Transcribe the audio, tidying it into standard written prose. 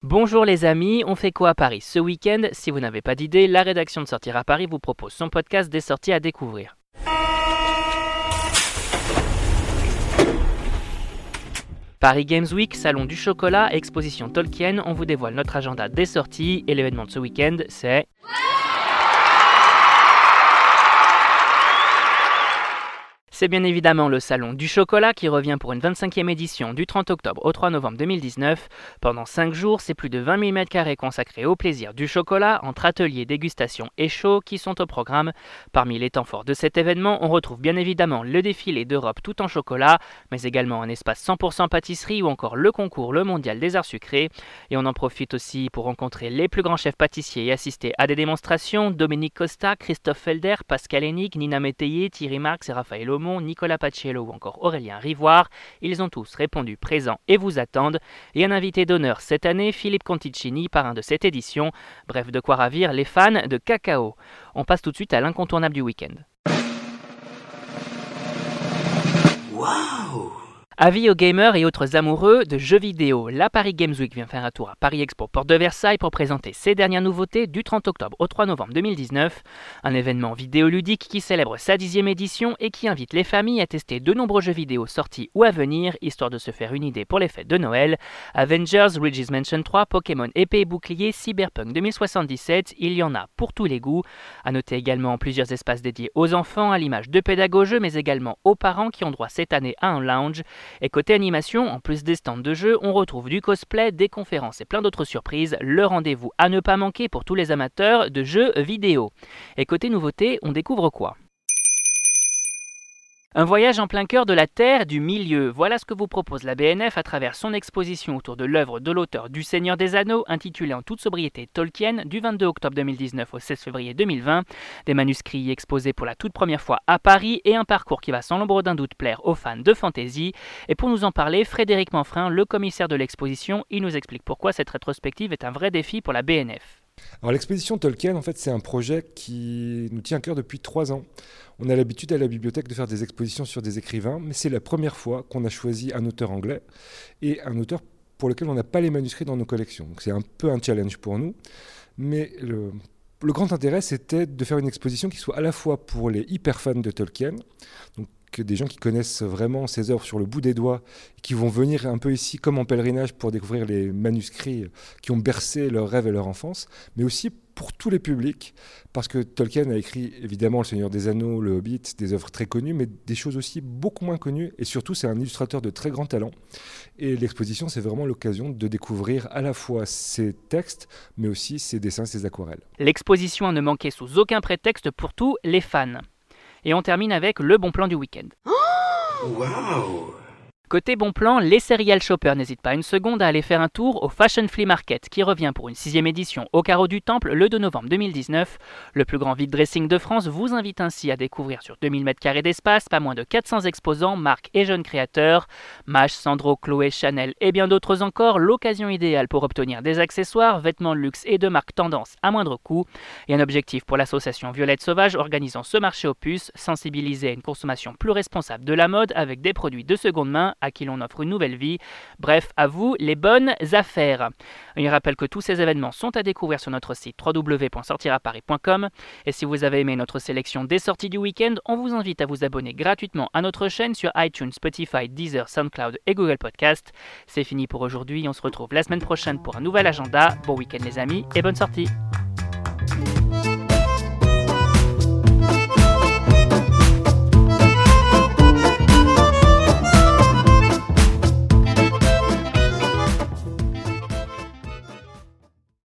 Bonjour les amis, on fait quoi à Paris ce week-end? Si vous n'avez pas d'idée, la rédaction de Sortir à Paris vous propose son podcast des sorties à découvrir. Paris Games Week, salon du chocolat, exposition Tolkien, on vous dévoile notre agenda des sorties et l'événement de ce week-end, c'est... C'est bien évidemment le Salon du Chocolat qui revient pour une 25e édition du 30 octobre au 3 novembre 2019. Pendant 5 jours, c'est plus de 20 000 m² consacrés au plaisir du chocolat, entre ateliers, dégustations et shows qui sont au programme. Parmi les temps forts de cet événement, on retrouve bien évidemment le défilé d'Europe tout en chocolat, mais également un espace 100% pâtisserie ou encore le concours Le Mondial des Arts Sucrés. Et on en profite aussi pour rencontrer les plus grands chefs pâtissiers et assister à des démonstrations. Dominique Costa, Christophe Felder, Pascal Hennig, Nina Métayer, Thierry Marx et Raphaël Aumont, Nicolas Paciello ou encore Aurélien Rivoire. Ils ont tous répondu présents et vous attendent. Et un invité d'honneur cette année, Philippe Conticini, parrain de cette édition. Bref, de quoi ravir les fans de cacao. On passe tout de suite à l'incontournable du week-end. Waouh! Avis aux gamers et autres amoureux de jeux vidéo, la Paris Games Week vient faire un tour à Paris Expo Porte de Versailles pour présenter ses dernières nouveautés du 30 octobre au 3 novembre 2019. Un événement vidéoludique qui célèbre sa 10e édition et qui invite les familles à tester de nombreux jeux vidéo sortis ou à venir, histoire de se faire une idée pour les fêtes de Noël. Avengers, Luigi's Mansion 3, Pokémon Épée et Bouclier, Cyberpunk 2077, il y en a pour tous les goûts. À noter également plusieurs espaces dédiés aux enfants, à l'image de pédagogues, mais également aux parents qui ont droit cette année à un lounge. Et côté animation, en plus des stands de jeux, on retrouve du cosplay, des conférences et plein d'autres surprises. Le rendez-vous à ne pas manquer pour tous les amateurs de jeux vidéo. Et côté nouveauté, on découvre quoi ? Un voyage en plein cœur de la Terre du Milieu, voilà ce que vous propose la BNF à travers son exposition autour de l'œuvre de l'auteur du Seigneur des Anneaux, intitulée en toute sobriété Tolkien, du 22 octobre 2019 au 16 février 2020. Des manuscrits exposés pour la toute première fois à Paris et un parcours qui va sans l'ombre d'un doute plaire aux fans de fantasy. Et pour nous en parler, Frédéric Manfrin, le commissaire de l'exposition, il nous explique pourquoi cette rétrospective est un vrai défi pour la BNF. Alors l'exposition Tolkien, en fait, c'est un projet qui nous tient à cœur depuis 3 ans. On a l'habitude à la bibliothèque de faire des expositions sur des écrivains, mais c'est la première fois qu'on a choisi un auteur anglais et un auteur pour lequel on n'a pas les manuscrits dans nos collections. Donc c'est un peu un challenge pour nous, mais le grand intérêt, c'était de faire une exposition qui soit à la fois pour les hyper fans de Tolkien, donc des gens qui connaissent vraiment ses œuvres sur le bout des doigts, qui vont venir un peu ici comme en pèlerinage pour découvrir les manuscrits qui ont bercé leurs rêves et leur enfance, mais aussi pour tous les publics, parce que Tolkien a écrit évidemment Le Seigneur des Anneaux, Le Hobbit, des œuvres très connues, mais des choses aussi beaucoup moins connues, et surtout c'est un illustrateur de très grand talent. Et l'exposition, c'est vraiment l'occasion de découvrir à la fois ses textes, mais aussi ses dessins, ses aquarelles. L'exposition à ne manquer sous aucun prétexte pour tous les fans. Et on termine avec le bon plan du week-end. Wow. Côté bon plan, les serial shoppers n'hésitent pas une seconde à aller faire un tour au Fashion Flea Market qui revient pour une 6e édition au Carreau du Temple le 2 novembre 2019. Le plus grand vide dressing de France vous invite ainsi à découvrir sur 2000 m² d'espace pas moins de 400 exposants, marques et jeunes créateurs. Maje, Sandro, Chloé, Chanel et bien d'autres encore, l'occasion idéale pour obtenir des accessoires, vêtements de luxe et de marque tendance à moindre coût. Et un objectif pour l'association Violette Sauvage organisant ce marché aux puces, sensibiliser à une consommation plus responsable de la mode avec des produits de seconde main à qui l'on offre une nouvelle vie. Bref, à vous les bonnes affaires. Il rappelle que tous ces événements sont à découvrir sur notre site www.sortiraparis.com. Et si vous avez aimé notre sélection des sorties du week-end, on vous invite à vous abonner gratuitement à notre chaîne sur iTunes, Spotify, Deezer, SoundCloud et Google Podcast. C'est fini pour aujourd'hui, on se retrouve la semaine prochaine pour un nouvel agenda. Bon week-end les amis et bonne sortie.